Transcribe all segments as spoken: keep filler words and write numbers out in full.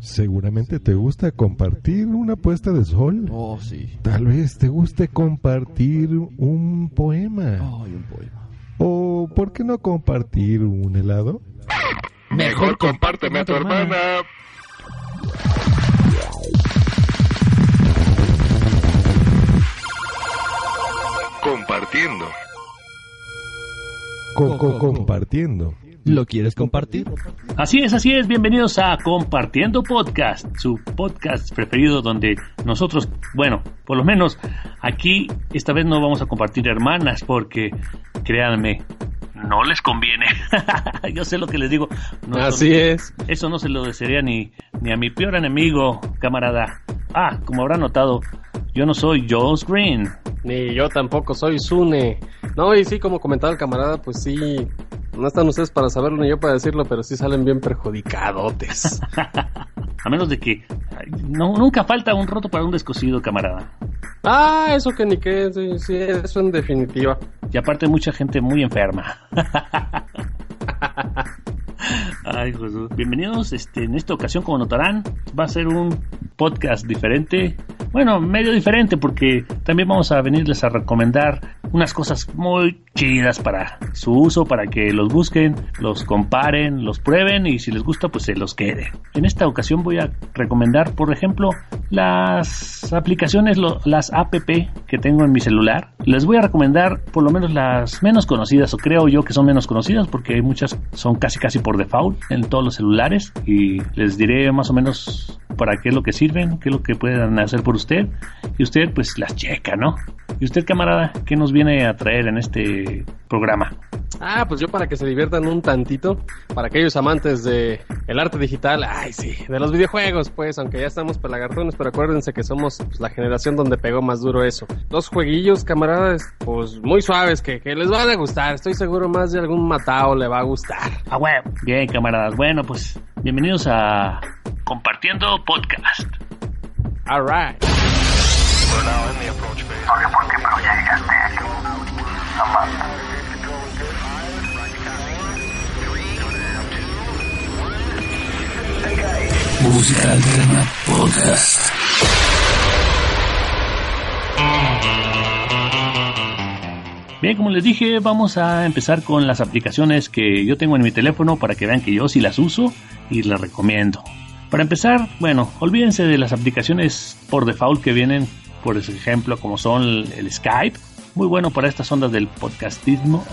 Seguramente te gusta compartir una puesta de sol. Oh, sí. Tal vez te guste compartir un poema. Oh, un poema. O, ¿por qué no compartir un helado? Mejor compárteme a tu hermana. Compartiendo. Coco compartiendo. ¿Lo quieres compartir? Así es, así es. Bienvenidos a Compartiendo Podcast, su podcast preferido donde nosotros, bueno, por lo menos aquí esta vez no vamos a compartir hermanas porque, créanme, no les conviene. Yo sé lo que les digo. No, así es. Eso no se lo desearía ni, ni a mi peor enemigo, camarada. Ah, como habrán notado, yo no soy Josh Green. Ni yo tampoco soy Sune. No, y sí, como comentaba el camarada, pues sí, no están ustedes para saberlo ni yo para decirlo, pero sí salen bien perjudicadotes. A menos de que no, nunca falta un roto para un descosido, camarada. Ah, eso que ni qué, sí, sí, eso en definitiva. Y aparte mucha gente muy enferma. Ay, Jesús. Bienvenidos, este, en esta ocasión, como notarán, va a ser un podcast diferente. Bueno, medio diferente porque también vamos a venirles a recomendar unas cosas muy chidas para su uso, para que los busquen, los comparen, los prueben y si les gusta, pues se los quede. En esta ocasión voy a recomendar, por ejemplo, las aplicaciones, lo, las app que tengo en mi celular. Les voy a recomendar por lo menos las menos conocidas, o creo yo que son menos conocidas porque hay muchas, son casi casi por default en todos los celulares, y les diré más o menos para qué es lo que sirven, qué es lo que pueden hacer por usted, y usted pues las checa, ¿no? ¿Y usted, camarada, qué nos viene a traer en este programa? Ah, pues yo para que se diviertan un tantito, para aquellos amantes de el arte digital, ay sí, de los videojuegos, pues, aunque ya estamos pelagartones, pero acuérdense que somos pues, la generación donde pegó más duro eso. Dos jueguillos, camaradas, pues muy suaves, que, que les van a gustar, estoy seguro más de algún matao le va a gustar. Ah, bueno, bien, camaradas, bueno, pues, bienvenidos a Compartiendo Podcast. All right. Porque por qué pero ya llegaste aquí, Amanda. Música Alterna Podcast. Bien, como les dije, vamos a empezar con las aplicaciones que yo tengo en mi teléfono para que vean que yo sí las uso y las recomiendo. Para empezar, bueno, olvídense de las aplicaciones por default que vienen, por ejemplo, como son el, el Skype, muy bueno para estas ondas del podcastismo,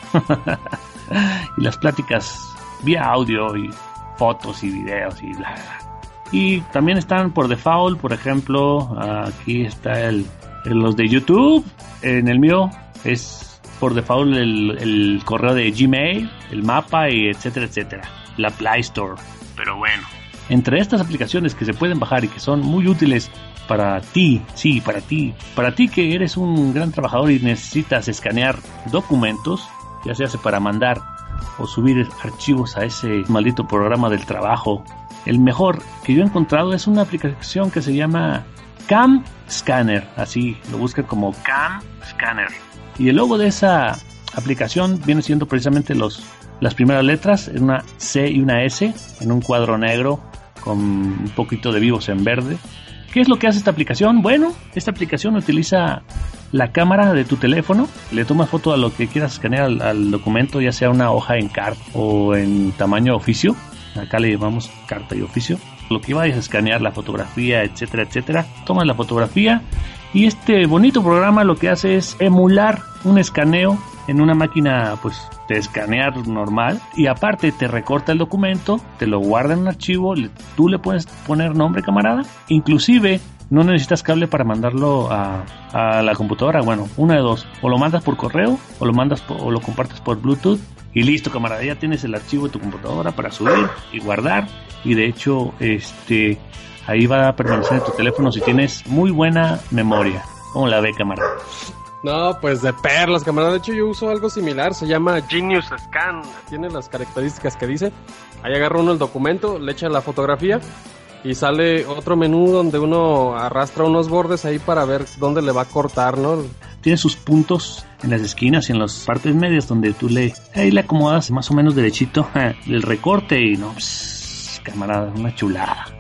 y las pláticas vía audio y fotos y videos y bla, bla. Y también están por default, por ejemplo, aquí está el, el los de YouTube. En el mío es por default el, el correo de Gmail, el mapa y etcétera, etcétera, la Play Store. Pero bueno, entre estas aplicaciones que se pueden bajar y que son muy útiles para ti, sí, para ti, para ti que eres un gran trabajador y necesitas escanear documentos, ya sea para mandar o subir archivos a ese maldito programa del trabajo, el mejor que yo he encontrado es una aplicación que se llama Cam Scanner, así lo buscan como Cam Scanner, y el logo de esa aplicación viene siendo precisamente los las primeras letras, en una C y una S en un cuadro negro con un poquito de vivos en verde. ¿Qué es lo que hace esta aplicación? Bueno, esta aplicación utiliza la cámara de tu teléfono, le tomas foto a lo que quieras escanear al, al documento, ya sea una hoja en carta o en tamaño oficio, acá le llamamos carta y oficio, lo que vayas a escanear, la fotografía, etcétera, etcétera, tomas la fotografía y este bonito programa lo que hace es emular un escaneo en una máquina pues de escanear normal, y aparte te recorta el documento, te lo guarda en un archivo, le, tú le puedes poner nombre, camarada, inclusive no necesitas cable para mandarlo a, a la computadora. Bueno, una de dos, o lo mandas por correo o lo mandas por, o lo compartes por Bluetooth y listo, camarada, ya tienes el archivo de tu computadora para subir y guardar, y de hecho este ahí va a permanecer en tu teléfono si tienes muy buena memoria. ¿Cómo la ve, camarada? No, pues de perlas, camarada. De hecho, yo uso algo similar. Se llama Genius Scan. Tiene las características que dice. Ahí agarra uno el documento, le echa la fotografía y sale otro menú donde uno arrastra unos bordes ahí para ver dónde le va a cortar, ¿no? Tiene sus puntos en las esquinas y en las partes medias donde tú le... Ahí le acomodas más o menos derechito el recorte y no... Pss, camarada, una chulada.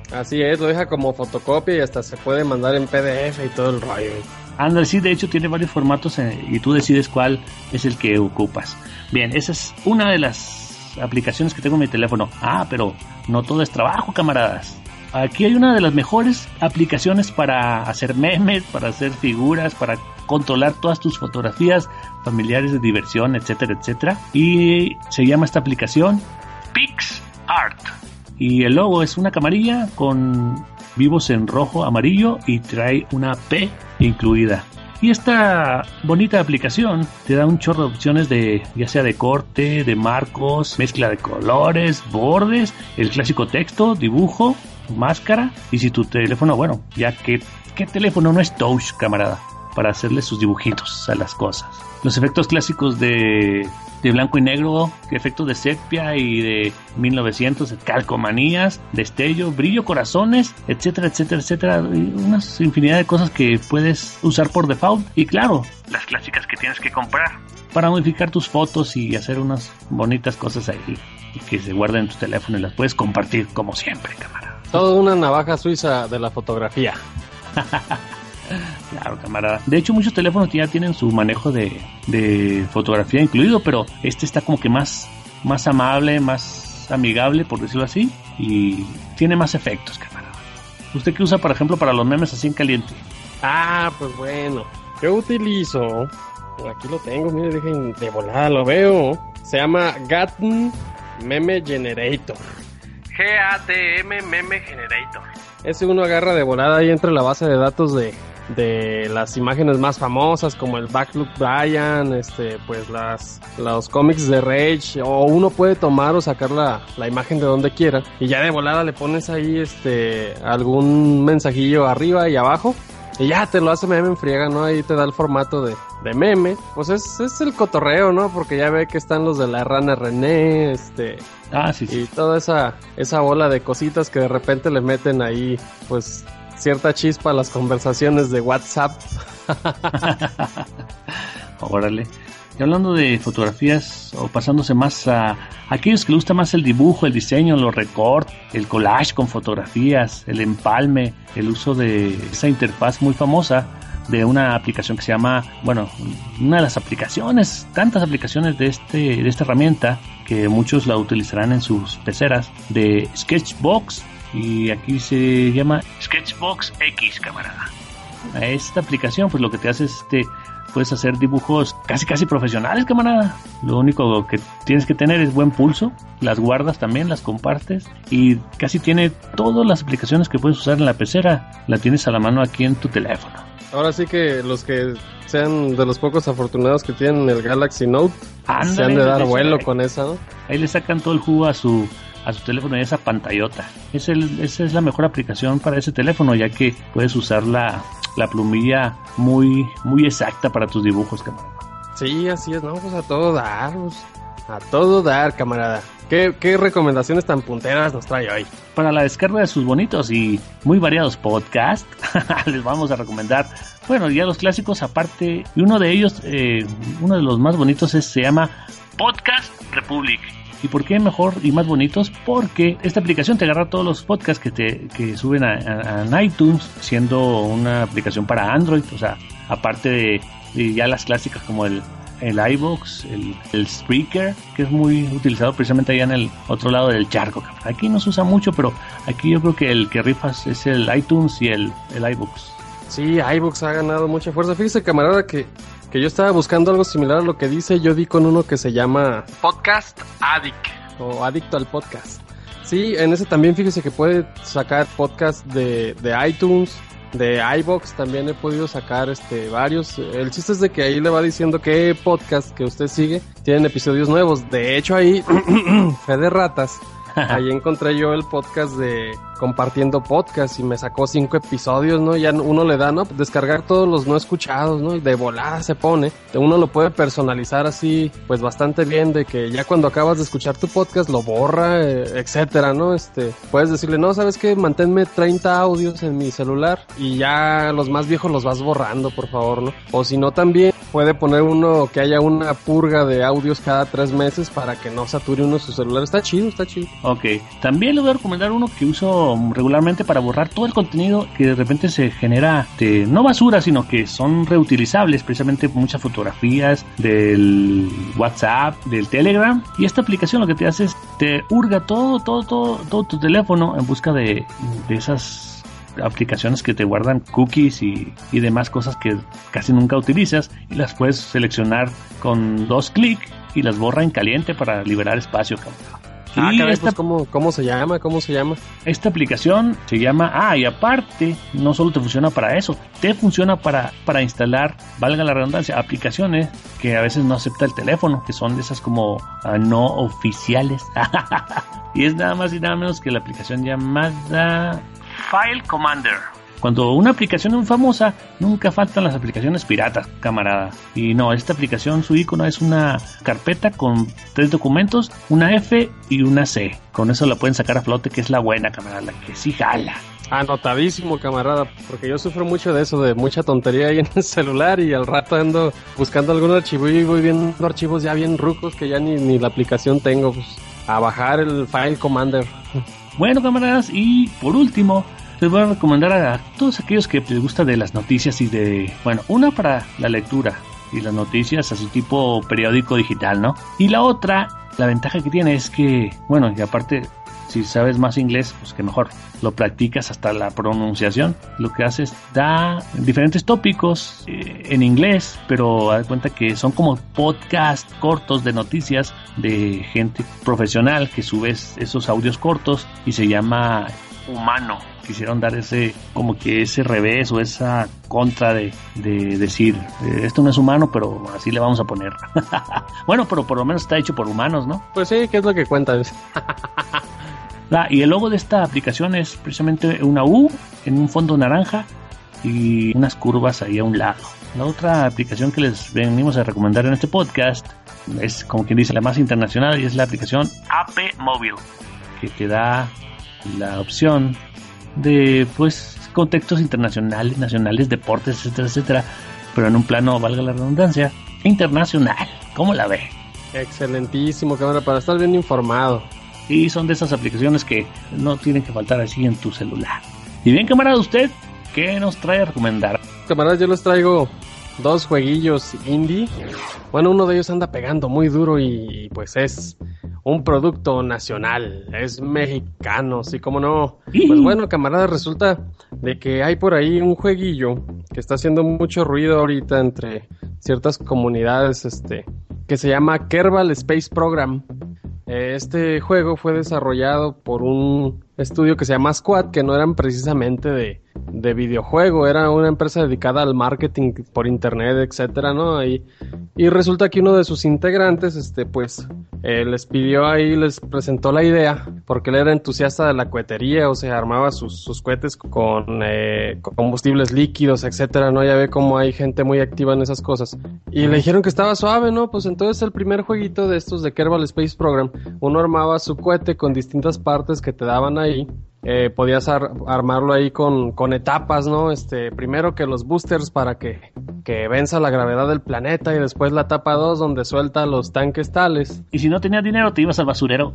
Así es, lo deja como fotocopia y hasta se puede mandar en P D F y todo el rollo. Android sí, de hecho tiene varios formatos eh, y tú decides cuál es el que ocupas. Bien, esa es una de las aplicaciones que tengo en mi teléfono. Ah, pero no todo es trabajo, camaradas. Aquí hay una de las mejores aplicaciones para hacer memes, para hacer figuras, para controlar todas tus fotografías familiares de diversión, etcétera, etcétera. Y se llama esta aplicación PixArt. Y el logo es una camarilla con vivos en rojo, amarillo y trae una P incluida. Y esta bonita aplicación te da un chorro de opciones de, ya sea de corte, de marcos, mezcla de colores, bordes, el clásico texto, dibujo, máscara. Y si tu teléfono, bueno, ya que ¿qué teléfono no es touch, camarada? Para hacerle sus dibujitos a las cosas. Los efectos clásicos de, de blanco y negro, efectos de sepia y de mil novecientos, calcomanías, destello, brillo, corazones, etcétera, etcétera, etcétera. Una infinidad de cosas que puedes usar por default. Y claro, las clásicas que tienes que comprar para modificar tus fotos y hacer unas bonitas cosas ahí que se guarden en tu teléfono y las puedes compartir como siempre, camarada. Todo una navaja suiza de la fotografía. Claro, camarada. De hecho, muchos teléfonos ya tienen su manejo de, de fotografía incluido, pero este está como que más, más amable, más amigable, por decirlo así, y tiene más efectos, camarada. ¿Usted qué usa, por ejemplo, para los memes así en caliente? Ah, pues bueno, yo utilizo, aquí lo tengo, mire, dejen de volada, lo veo. Se llama Gatn Meme Generator. G A T M Meme Generator. Ese uno agarra de volada y entra en la base de datos de, de las imágenes más famosas, como el Backlook Brian, este, pues las los cómics de Rage, o uno puede tomar o sacar la, la imagen de donde quiera y ya de volada le pones ahí este algún mensajillo arriba y abajo y ya te lo hace meme en friega, ¿no? Ahí te da el formato de, de meme. Pues es, es el cotorreo, ¿no? Porque ya ve que están los de la rana René, este... Ah, sí, sí. Y toda esa, esa bola de cositas que de repente le meten ahí, pues, cierta chispa a las conversaciones de WhatsApp. Órale. Y hablando de fotografías, o pasándose más a aquellos que les gusta más el dibujo, el diseño, los recortes, el collage con fotografías, el empalme, el uso de esa interfaz muy famosa de una aplicación que se llama, bueno, una de las aplicaciones, tantas aplicaciones de este de esta herramienta que muchos la utilizarán en sus peceras, de Sketchbox, y aquí se llama Sketchbox X, camarada. Esta aplicación pues lo que te hace es este puedes hacer dibujos casi casi profesionales, camarada. Lo único que tienes que tener es buen pulso, las guardas también, las compartes y casi tiene todas las aplicaciones que puedes usar en la pecera, la tienes a la mano aquí en tu teléfono. Ahora sí que los que sean de los pocos afortunados que tienen el Galaxy Note, Ándale, se han de dar vuelo ahí, con esa, ¿no? Ahí le sacan todo el jugo a su a su teléfono y esa pantallota. Es el, esa es la mejor aplicación para ese teléfono, ya que puedes usar la, la plumilla muy muy exacta para tus dibujos, camarada. Sí, así es, no, pues a todo dar, pues, a todo dar, camarada. ¿Qué, ¿Qué recomendaciones tan punteras nos trae hoy? Para la descarga de sus bonitos y muy variados podcasts, les vamos a recomendar, bueno, ya los clásicos aparte, y uno de ellos, eh, uno de los más bonitos es, se llama Podcast Republic. ¿Y por qué mejor y más bonitos? Porque esta aplicación te agarra todos los podcasts que te que suben a, a, a iTunes, siendo una aplicación para Android, o sea, aparte de, de ya las clásicas como el el iVoox, el, el Spreaker, que es muy utilizado precisamente allá en el otro lado del charco. Aquí no se usa mucho, pero aquí yo creo que el que rifas es el iTunes y el, el iVoox. Sí, iVoox ha ganado mucha fuerza. Fíjese, camarada, que, que yo estaba buscando algo similar a lo que dice. Yo di con uno que se llama Podcast Addict, o Adicto al Podcast. Sí, en ese también fíjese que puede sacar podcast de, de iTunes, de iVoox, también he podido sacar este varios. El chiste es de que ahí le va diciendo qué podcast que usted sigue tienen episodios nuevos. De hecho ahí, fe de ratas, ahí encontré yo el podcast de Compartiendo Podcast y me sacó cinco episodios, ¿no? Ya uno le da, ¿no? Descargar todos los no escuchados, ¿no? Y de volada se pone. Uno lo puede personalizar así, pues bastante bien, de que ya cuando acabas de escuchar tu podcast lo borra, eh, etcétera, ¿no? Este, puedes decirle, no, ¿sabes qué? Manténme treinta audios en mi celular y ya los más viejos los vas borrando, por favor, ¿no? O si no, también puede poner uno que haya una purga de audios cada tres meses para que no sature uno su celular. Está chido, está chido. Ok, también les voy a recomendar uno que uso regularmente para borrar todo el contenido que de repente se genera de, no basura, sino que son reutilizables, precisamente muchas fotografías del WhatsApp, del Telegram, y esta aplicación lo que te hace es te hurga todo, todo, todo, todo tu teléfono en busca de, de esas aplicaciones que te guardan cookies y, y demás cosas que casi nunca utilizas, y las puedes seleccionar con dos clics y las borra en caliente para liberar espacio, cabrón. Ah, y caray, esta, pues, ¿cómo, ¿cómo se llama? ¿Cómo se llama? esta aplicación se llama... Ah, y aparte, no solo te funciona para eso, te funciona para, para instalar, valga la redundancia, aplicaciones que a veces no acepta el teléfono, que son de esas como uh, no oficiales. Y es nada más y nada menos que la aplicación llamada File Commander. Cuando una aplicación es muy famosa, nunca faltan las aplicaciones piratas, camarada. Y no, esta aplicación, su icono es una carpeta con tres documentos, una F y una C. Con eso la pueden sacar a flote, que es la buena, camarada, la que sí jala. Anotadísimo, camarada, porque yo sufro mucho de eso, de mucha tontería ahí en el celular, y al rato ando buscando algún archivo y voy viendo archivos ya bien rucos que ya ni, ni la aplicación tengo. Pues, a bajar el File Commander. Bueno, camaradas, y por último, les voy a recomendar a todos aquellos que les gusta de las noticias y de... Bueno, una para la lectura y las noticias así tipo periódico digital, ¿no? Y la otra, la ventaja que tiene es que, bueno, y aparte, si sabes más inglés, pues que mejor, lo practicas hasta la pronunciación. Lo que haces, da diferentes tópicos eh, en inglés, pero haz cuenta que son como podcast cortos de noticias de gente profesional que sube esos audios cortos, y se llama Humano. Quisieron dar ese, como que ese revés o esa contra de, de decir, eh, esto no es humano, pero así le vamos a poner. Bueno, pero por lo menos está hecho por humanos, ¿no? Pues sí, ¿qué es lo que cuentas? Ah, y el logo de esta aplicación es precisamente una U en un fondo naranja y unas curvas ahí a un lado. La otra aplicación que les venimos a recomendar en este podcast es, como quien dice, la más internacional, y es la aplicación A P Móvil, que te da la opción de, pues, contextos internacionales, nacionales, deportes, etcétera, etcétera, pero en un plano, valga la redundancia, internacional. ¿Cómo la ve? Excelentísimo, cámara, para estar bien informado. Y son de esas aplicaciones que no tienen que faltar así en tu celular. Y bien, camarada, ¿usted qué nos trae a recomendar? Camaradas, yo les traigo dos jueguillos indie. Bueno, uno de ellos anda pegando muy duro y pues es un producto nacional, es mexicano, sí, como no. Pues bueno, camaradas, resulta de que hay por ahí un jueguillo que está haciendo mucho ruido ahorita entre ciertas comunidades, este, que se llama Kerbal Space Program. Este juego fue desarrollado por un estudio que se llama Squad, que no eran precisamente de, de videojuego, era una empresa dedicada al marketing por internet, etcétera, ¿no? Y, y resulta que uno de sus integrantes, este, pues, eh, les pidió ahí, les presentó la idea, porque él era entusiasta de la cohetería, o sea, armaba sus, sus cohetes con eh, combustibles líquidos, etcétera, ¿no? Ya ve cómo hay gente muy activa en esas cosas. Y le dijeron que estaba suave, ¿no? Pues entonces el primer jueguito de estos de Kerbal Space Program, uno armaba su cohete con distintas partes que te daban ahí. Eh, podías ar- armarlo ahí con, con etapas, ¿no? Este, primero que los boosters para que, que venza la gravedad del planeta, y después la etapa dos donde suelta los tanques tales. Y si no tenías dinero, te ibas al basurero.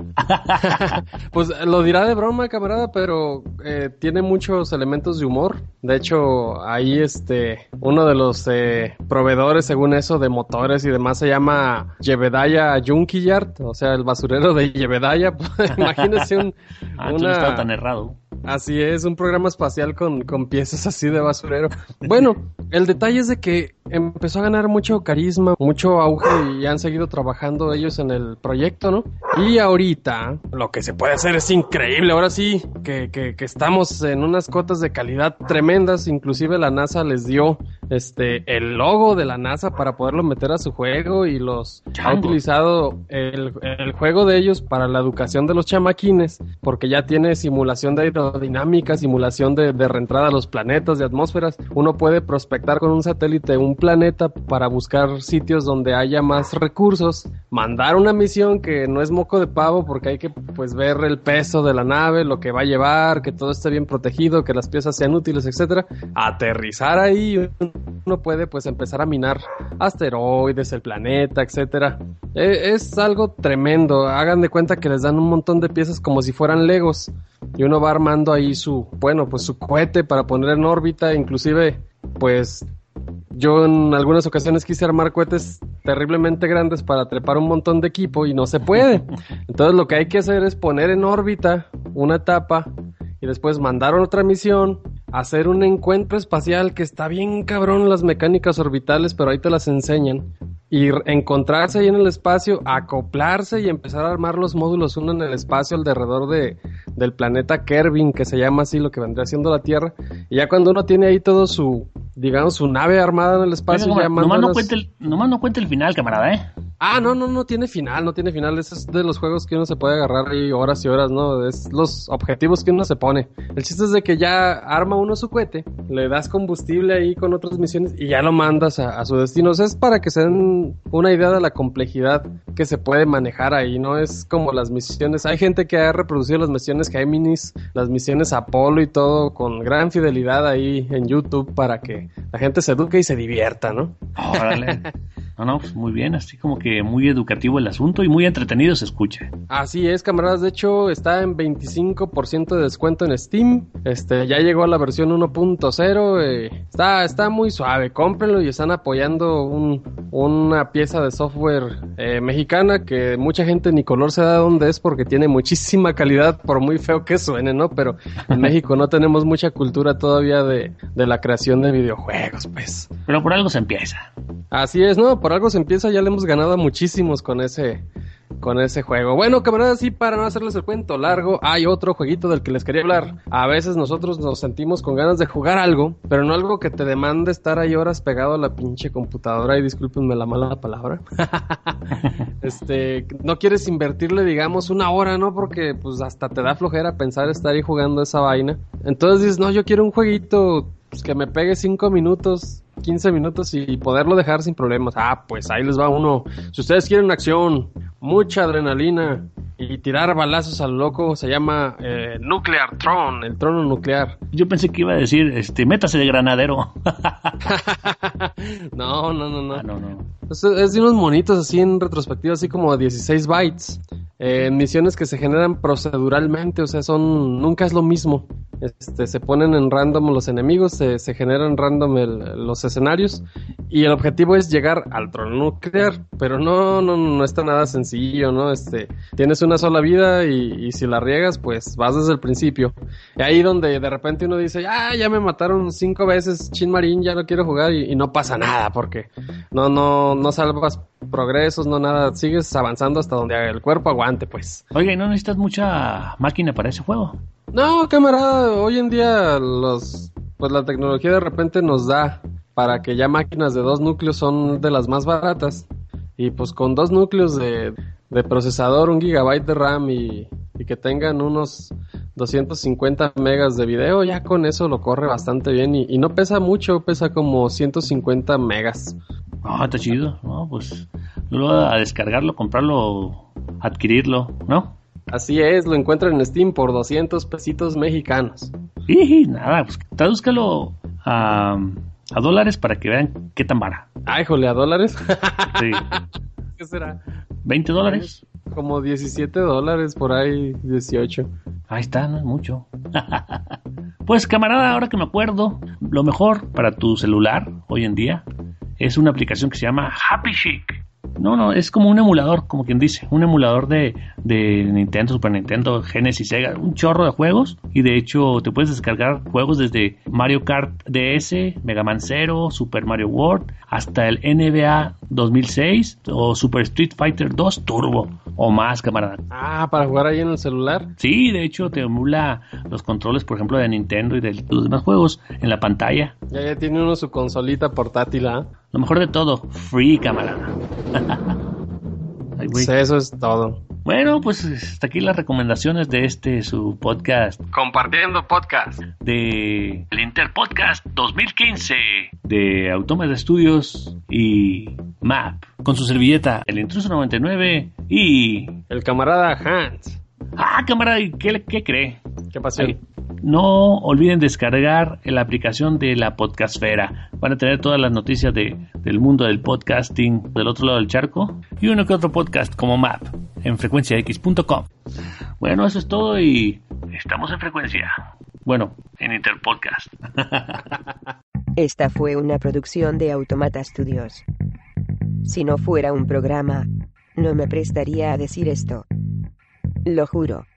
Pues lo dirá de broma, camarada, pero eh, tiene muchos elementos de humor. De hecho, ahí este, uno de los eh, proveedores, según eso, de motores y demás, se llama Jebediah Junkyard, o sea, el basurero de Jebediah. Imagínese un, ah, una... estaba tan errado. Así es, un programa espacial con, con piezas así de basurero. Bueno, el detalle es de que empezó a ganar mucho carisma, mucho auge, y han seguido trabajando ellos en el proyecto, ¿no? Y ahorita lo que se puede hacer es increíble. Ahora sí que, que, que estamos en unas cotas de calidad tremendas. Inclusive la NASA les dio este el logo de la NASA para poderlo meter a su juego, y los Chango. ha utilizado el, el juego de ellos para la educación de los chamaquines, porque ya tiene simulación de aerodinámica, simulación de, de reentrada a los planetas, de atmósferas. Uno puede prospectar con un satélite un planeta para buscar sitios donde haya más recursos, mandar una misión que no es moco de pavo, porque hay que pues ver el peso de la nave, lo que va a llevar, que todo esté bien protegido, que las piezas sean útiles, etcétera. Aterrizar ahí uno puede pues empezar a minar asteroides, el planeta, etcétera. Eh, es algo tremendo. Hagan de cuenta que les dan un montón de piezas como si fueran Legos y uno va armando ahí su, bueno, pues su cohete para poner en órbita. Inclusive, pues yo en algunas ocasiones quise armar cohetes terriblemente grandes para trepar un montón de equipo y no se puede. Entonces lo que hay que hacer es poner en órbita una etapa y después mandar otra misión, hacer un encuentro espacial que está bien cabrón las mecánicas orbitales, pero ahí te las enseñan. Y encontrarse ahí en el espacio, acoplarse y empezar a armar los módulos uno en el espacio alrededor de, del planeta Kerbin, que se llama así, lo que vendría siendo la Tierra. Y ya cuando uno tiene ahí todo su, digamos, su nave armada en el espacio, Oiga, ya nomás, manda no las... cuente el, nomás no cuente el final, camarada, ¿eh? Ah, no, no, no tiene final, no tiene final. Ese es de los juegos que uno se puede agarrar ahí horas y horas, ¿no? Es los objetivos que uno se pone. El chiste es de que ya arma uno su cohete, le das combustible ahí con otras misiones y ya lo mandas a, a su destino. O sea, es para que se den una idea de la complejidad que se puede manejar ahí, ¿no? Es como las misiones. Hay gente que ha reproducido las misiones Géminis, las misiones Apolo y todo con gran fidelidad ahí en YouTube para que la gente se eduque y se divierta, ¿no? Órale. No, no, pues muy bien, así como que muy educativo el asunto y muy entretenido se escucha. Así es, camaradas, de hecho está en veinticinco por ciento de descuento en Steam. Este, ya llegó a la versión uno punto cero, eh, está, está muy suave, cómprenlo y están apoyando un, una pieza de software eh, mexicana que mucha gente ni color se da dónde es porque tiene muchísima calidad, por muy feo que suene, ¿no? Pero en México no tenemos mucha cultura todavía de, de la creación de videojuegos, pues. Pero por algo se empieza. Así es, ¿no? Por algo se empieza, ya le hemos ganado a muchísimos con ese, con ese juego. Bueno, camaradas, y para no hacerles el cuento largo, hay otro jueguito del que les quería hablar. A veces nosotros nos sentimos con ganas de jugar algo, pero no algo que te demande estar ahí horas pegado a la pinche computadora, y discúlpenme la mala palabra. este, no quieres invertirle, digamos, una hora, ¿no? Porque pues hasta te da flojera pensar estar ahí jugando esa vaina. Entonces dices, no, yo quiero un jueguito pues, que me pegue cinco minutos, quince minutos y poderlo dejar sin problemas. Ah, pues ahí les va uno. Si ustedes quieren acción, mucha adrenalina y tirar balazos al loco, se llama eh, Nuclear Throne, el trono nuclear. Yo pensé que iba a decir, este, métase de granadero. no, no, no, no. Ah, no, no. Es, es de unos monitos así en retrospectiva, así como dieciséis bytes. Eh, misiones que se generan proceduralmente, o sea, son nunca es lo mismo. Este, se ponen en random los enemigos, se, se generan random el, los escenarios y el objetivo es llegar al trono nuclear, pero no, no, no está nada sencillo, ¿no? Este, tienes una sola vida y, y si la riegas, pues vas desde el principio. Y ahí donde de repente uno dice, ah, ya me mataron cinco veces, chin marín, ya no quiero jugar y, y no pasa nada porque no, no, no salvas progresos, no nada, sigues avanzando hasta donde el cuerpo aguante, pues. Oiga, ¿y no necesitas mucha máquina para ese juego? No, camarada, hoy en día los, pues la tecnología de repente nos da para que ya máquinas de dos núcleos son de las más baratas. Y pues con dos núcleos de, de procesador, un gigabyte de RAM y, y que tengan unos doscientos cincuenta megas de video, ya con eso lo corre bastante bien y, y no pesa mucho, pesa como ciento cincuenta megas. Ah, está chido, no, pues yo lo voy a descargarlo, comprarlo, adquirirlo, ¿no? Así es, lo encuentran en Steam por doscientos pesitos mexicanos. Y nada, pues tradúzcalo a, a dólares para que vean qué tan vara. Ay, jole, ¿a dólares? Sí. ¿Qué será? ¿veinte dólares? Como diecisiete dólares, por ahí dieciocho. Ahí está, no es mucho. Pues camarada, ahora que me acuerdo, lo mejor para tu celular hoy en día es una aplicación que se llama Happy Chic. No, no, es como un emulador, como quien dice, un emulador de, de Nintendo, Super Nintendo, Genesis, Sega, un chorro de juegos, y de hecho te puedes descargar juegos desde Mario Kart D S, Mega Man Zero, Super Mario World, hasta el N B A dos mil seis o Super Street Fighter dos Turbo o más, camarada. Ah, para jugar ahí en el celular. Sí, de hecho te emula los controles, por ejemplo, de Nintendo y de los demás juegos en la pantalla. Ya, ya tiene uno su consolita portátil, ¿ah? ¿eh? Lo mejor de todo, free, camarada. Ay, sí, eso es todo. Bueno, pues hasta aquí las recomendaciones de este su podcast. Compartiendo Podcast. De el Interpodcast dos mil quince. De Autómata Studios y M A P. Con su servilleta, el Intruso noventa y nueve y... el camarada Hans. Ah, camarada, ¿y qué, qué cree? ¿Qué pasó? Ay, no olviden descargar la aplicación de la Podcastfera. Van a tener todas las noticias de, del mundo del podcasting del otro lado del charco. Y uno que otro podcast como Map en frecuencia x punto com. Bueno, eso es todo y estamos en frecuencia. Bueno, en Interpodcast. Esta fue una producción de Automata Studios. Si no fuera un programa, no me prestaría a decir esto. Lo juro.